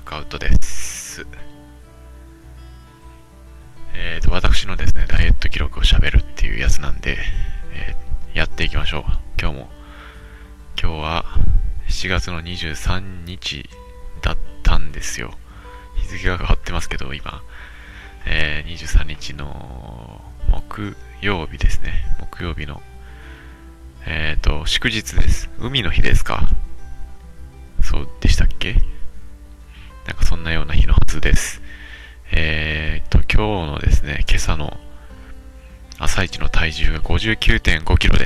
クアウトです。私のですね、ダイエット記録を喋るっていうやつなんで、やっていきましょう。今日は7月の23日だったんですよ。日付が変わってますけど、今、23日の木曜日ですね。木曜日の、祝日です。海の日ですか？そうでしたっけ？なんかそんなような日のはずです。今日のですね、今朝の朝一の体重が59.5キロです。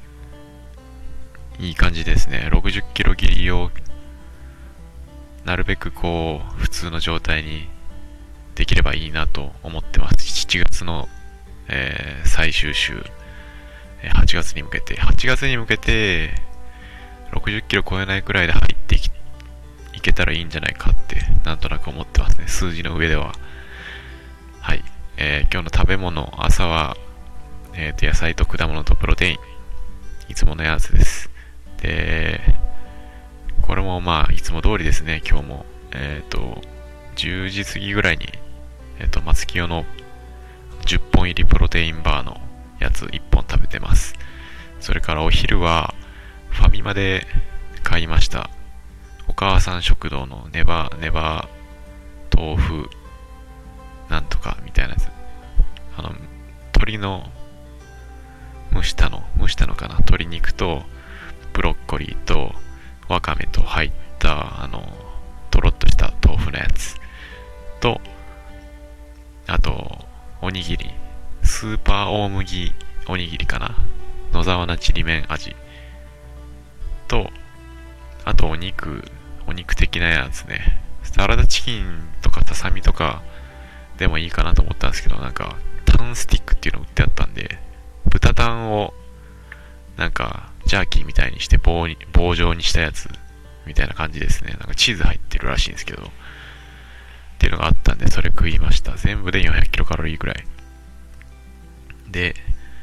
いい感じですね。60キロ切りをなるべくこう普通の状態にできればいいなと思ってます。7月の、最終週、8月に向けて60キロ超えないくらいで入っていけたらいいんじゃないかってなんとなく思ってますね。数字の上では。はい。今日の食べ物、朝は、野菜と果物とプロテイン。いつものやつです。で、これもまあ、いつも通りですね、今日も。10時過ぎぐらいに、松清の10本入りプロテインバーのやつ1本食べてます。それからお昼は、ファミマで買いました。お母さん食堂のネバ豆腐なんとかみたいなやつ。鶏の蒸したのかな、鶏肉とブロッコリーとわかめと入ったとろっとした豆腐のやつと、あとおにぎり、スーパー大麦おにぎりかな、野沢菜ちりめん味と、あとお肉的なやつね。サラダチキンとかささみとかでもいいかなと思ったんですけど、なんかタンスティックっていうの売ってあったんで、豚タンをなんかジャーキーみたいにして棒状にしたやつみたいな感じですね。なんかチーズ入ってるらしいんですけど、っていうのがあったんで、それ食いました。全部で400キロカロリーぐらいで、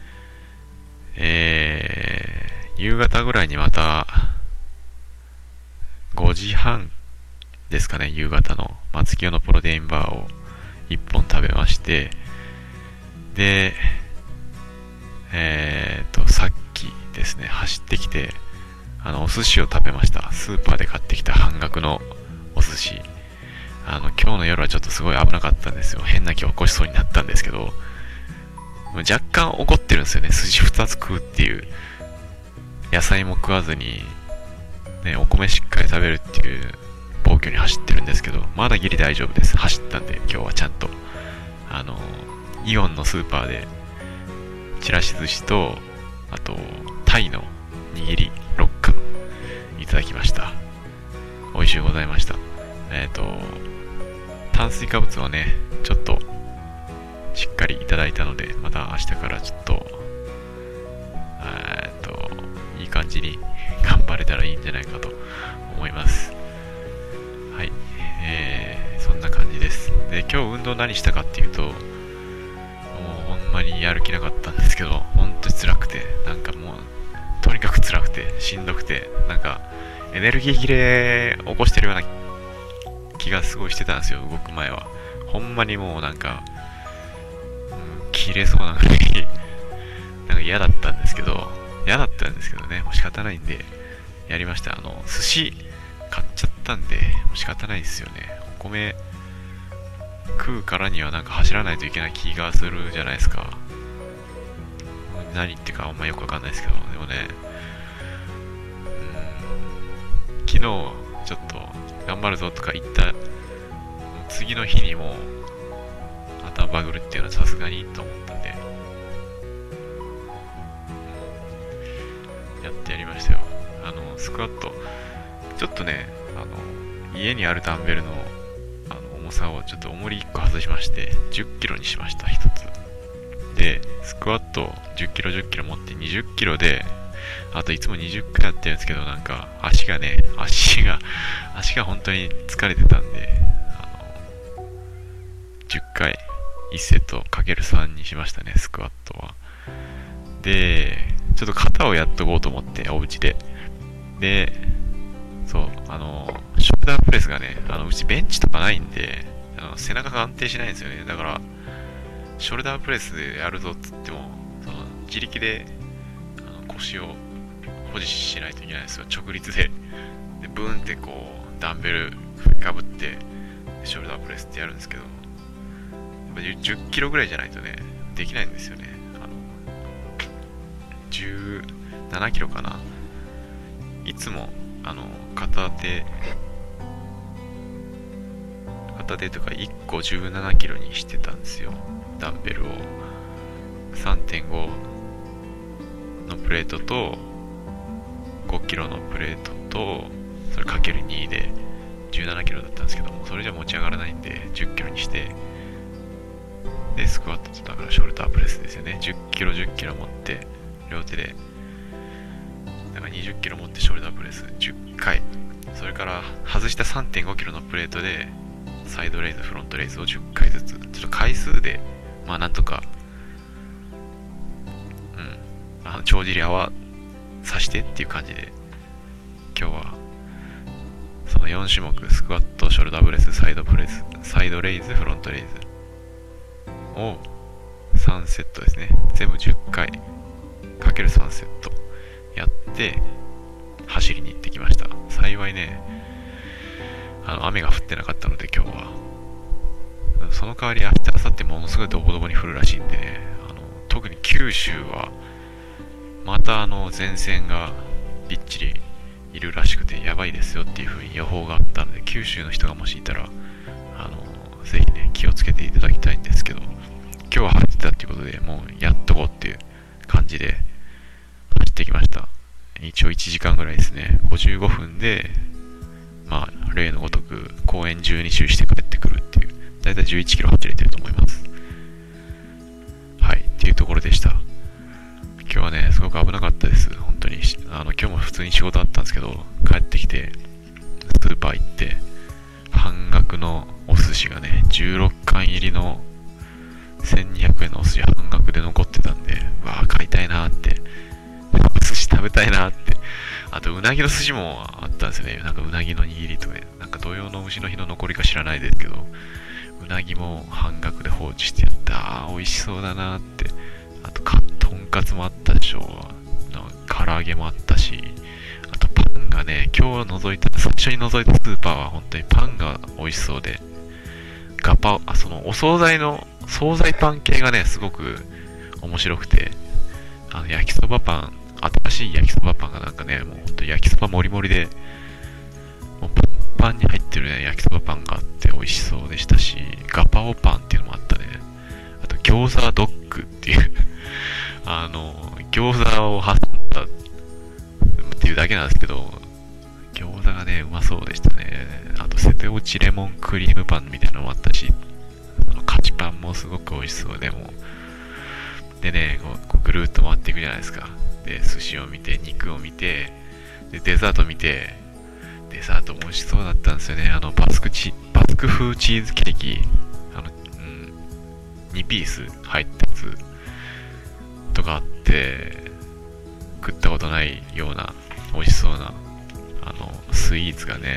夕方ぐらいにまた5時半ですかね、夕方の松清のプロテインバーを1本食べまして、で、さっきですね、走ってきて、お寿司を食べました。スーパーで買ってきた半額のお寿司。今日の夜はちょっとすごい危なかったんですよ。変な気を起こしそうになったんですけど、若干怒ってるんですよね。寿司2つ食うっていう。野菜も食わずに、ね、お米しっかり食べるっていう暴挙に走ってるんですけど、まだギリ大丈夫です。走ったんで、今日はちゃんと。イオンのスーパーで、ちらし寿司と、あと、タイの握り6貫いただきました。美味しゅうございました。炭水化物をね、ちょっと、しっかりいただいたので、また明日からちょっと、いい感じに頑張れたらいいんじゃないかと思います。はい。そんな感じです。で、今日運動何したかっていうと、もうほんまにやる気なかったんですけど、本当に辛くて、なんかもう、とにかく辛くて、しんどくて、なんか、エネルギー切れ起こしてるような気がすごいしてたんですよ、動く前は。ほんまにもうなんか、切れそうなぐらいなんか嫌だったんですけどね、もう仕方ないんで、やりました。寿司買っちゃったんで、もう仕方ないですよね。お米食うからにはなんか走らないといけない気がするじゃないですか。何言ってかあんまよくわかんないですけど、でもね、昨日ちょっと頑張るぞとか言った次の日にも頭バグるっていうのはさすがにと思ったんで、やってやりましたよ。スクワットちょっとね、家にあるダンベルの重さをちょっと重り1個外しまして10キロにしました。1つでスクワット10キロ10キロ持って20キロで、あといつも20回やってるんですけど、なんか足が本当に疲れてたんで、10回1セットかける3にしましたね、スクワットは。で、ちょっと肩をやっとこうと思って、お家で。で、そう、 ショルダープレスがね、うちベンチとかないんで、背中が安定しないんですよね。だから、ショルダープレスでやるぞっつっても、自力で腰を保持しないといけないんですよ。直立で。で、ブーンってこう、ダンベルかぶって、ショルダープレスってやるんですけど、10キロぐらいじゃないとね、できないんですよね。17キロかな。いつも、片手とか1個17キロにしてたんですよ。ダンベルを。3.5 のプレートと、5キロのプレートと、それかける2で17キロだったんですけども、それじゃ持ち上がらないんで、10キロにして、で、スクワットとだからショルダープレスですよね。10キロ10キロ持って、両手で、だから20キロ持ってショルダープレス10回。それから外した 3.5 キロのプレートで、サイドレイズ、フロントレイズを10回ずつ。ちょっと回数で、まあなんとか、帳尻合わさしてっていう感じで、今日は、その4種目、スクワット、ショルダープレス、サイドプレス、サイドレイズ、フロントレイズを3セットですね。全部10回、かける3セットやって、走りに行ってきました。幸いね、雨が降ってなかったので今日は。その代わり明日、明後日ものすごいドボドボに降るらしいんでね、特に九州は、また前線がびっちりいるらしくてやばいですよっていう風に予報があったので、九州の人がもしいたら、ぜひね、気をつけていただきたいんですけど、今日は晴れてたっていうことで、もうやっとこうっていう感じで走ってきました。一応1時間ぐらいですね。55分で、まあ、例のごとく公園12周して帰ってくるっていう、だいたい11キロ走れてると思います。はい、っていうところでした。今日はね、すごく危なかったです。本当に。今日も普通に仕事あったんですけど、帰ってきて、スーパー行って、半額のお寿司がね、16貫入りの1200円のお寿司半額で残ってたんで、うわぁ、買いたいなーって。お寿司食べたいなーって。あと、うなぎの寿司もあったんですよね。なんかうなぎの握りとか、なんか土曜の牛の日の残りか知らないですけど、うなぎも半額で放置してやった。美味しそうだなーって。あととんかつもあったでしょ。唐揚げもあったし、あとパンがね、今日最初に覗いたスーパーは本当にパンが美味しそうで、そのお惣菜の、惣菜パン系がね、すごく面白くて、焼きそばパン、新しい焼きそばパンがなんかね、もう本当に焼きそばもりもりで、もうパンパンに入ってるね、焼きそばパンがあって美味しそうでしたし、ガパオパンっていうのもあったね。あと餃子ドッグっていう餃子を挟んだっていうだけなんですけど、餃子がね、うまそうでしたね。あと、瀬戸内レモンクリームパンみたいなのもあったし、菓子パンもすごく美味しそうで、でね、こうぐるーっと回っていくじゃないですか。で、寿司を見て、肉を見て、で、デザート見て、デザートも美味しそうだったんですよね。バスク風チーズケーキ、2ピース入ったやつとかあって、食ったことないような美味しそうなスイーツがね、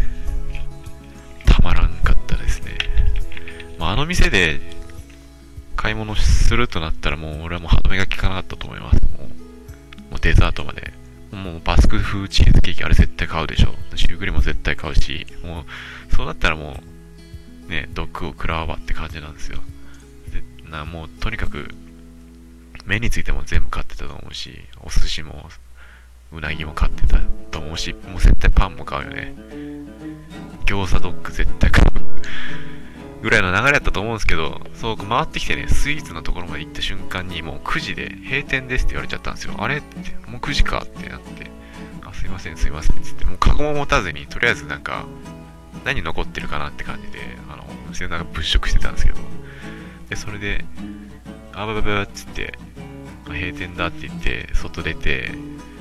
たまらんかったですね。あの店で買い物するとなったら、もう俺はもう歯止めが効かなかったと思います。もうデザートまで。もうバスク風チーズケーキあれ絶対買うでしょ。シュークリームも絶対買うし、もうそうなったらもうね、毒を食らわばって感じなんですよ。もうとにかく目についても全部買ってたと思うし、お寿司もうなぎも買ってたと思うし、もう絶対パンも買うよね。餃子ドッグ絶対買うぐらいの流れだったと思うんですけど、そう回ってきてね、スイーツのところまで行った瞬間にもう9時で閉店ですって言われちゃったんですよ。あれって、もう9時かってなって、すいませんすいませんっつって、もうカゴも持たずに、とりあえずなんか何残ってるかなって感じで、お店の中物色してたんですけど、でそれであばばばっつって、閉店だって言って外出て、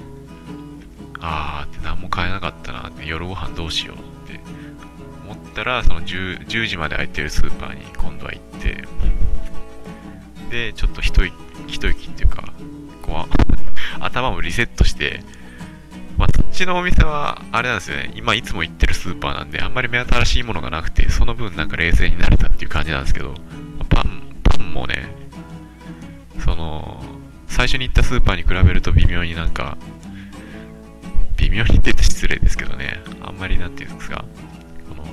って何も買えなかったなって、夜ご飯どうしようって思ったら、その 10時まで空いてるスーパーに今度は行って、でちょっと一息っていうか、こう頭もリセットして、 ちのお店は、あれなんですよね。今いつも行ってるスーパーなんで、あんまり目新しいものがなくて、その分なんか冷静になれたっていう感じなんですけど、パンもね、その、最初に行ったスーパーに比べると微妙になんか、微妙にって言って失礼ですけどね、あんまりなんていうんですか、この、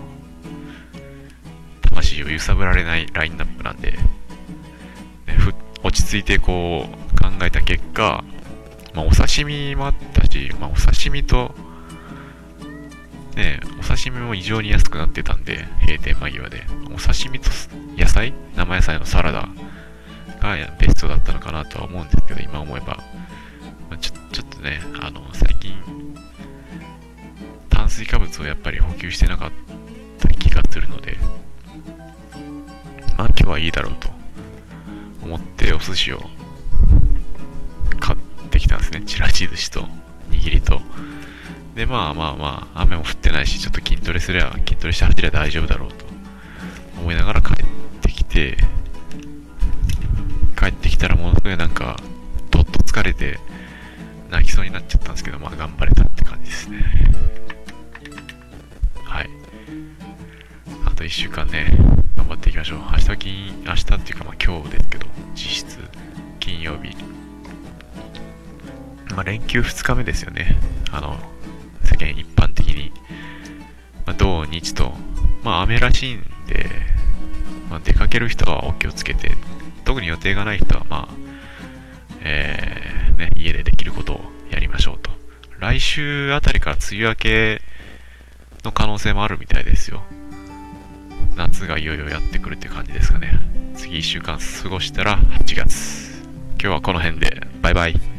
魂を揺さぶられないラインナップなんで、ね、落ち着いてこう考えた結果、まあ、お刺身もあったし、まあ、お刺身と、ね、お刺身も異常に安くなってたんで、閉店間際で。お刺身と野菜生野菜のサラダがベストだったのかなとは思うんですけど、今思えば。まあ、ちょっとね、最近、炭水化物をやっぱり補給してなかった気がするので、まあ今日はいいだろうと思ってお寿司を買ってきたんですね。ちらし寿司と握りと。で、まあ、雨も降ってないし、ちょっと筋トレして走りゃ大丈夫だろうと思いながら帰ってきたらものすごいなんか、どっと疲れて泣きそうになっちゃったんですけど、まあ頑張れたって感じですね。はい。あと1週間ね、頑張っていきましょう。明日っていうかまあ今日ですけど、実質金曜日。まあ連休2日目ですよね。世間一般的に。まあ土日と、まあ雨らしいんで、まあ出かける人はお気をつけて、特に予定がない人はまあ、ね、家でできることをやりましょうと。来週あたりから梅雨明けの可能性もあるみたいですよ。夏がいよいよやってくるって感じですかね。次1週間過ごしたら8月。今日はこの辺で。バイバイ。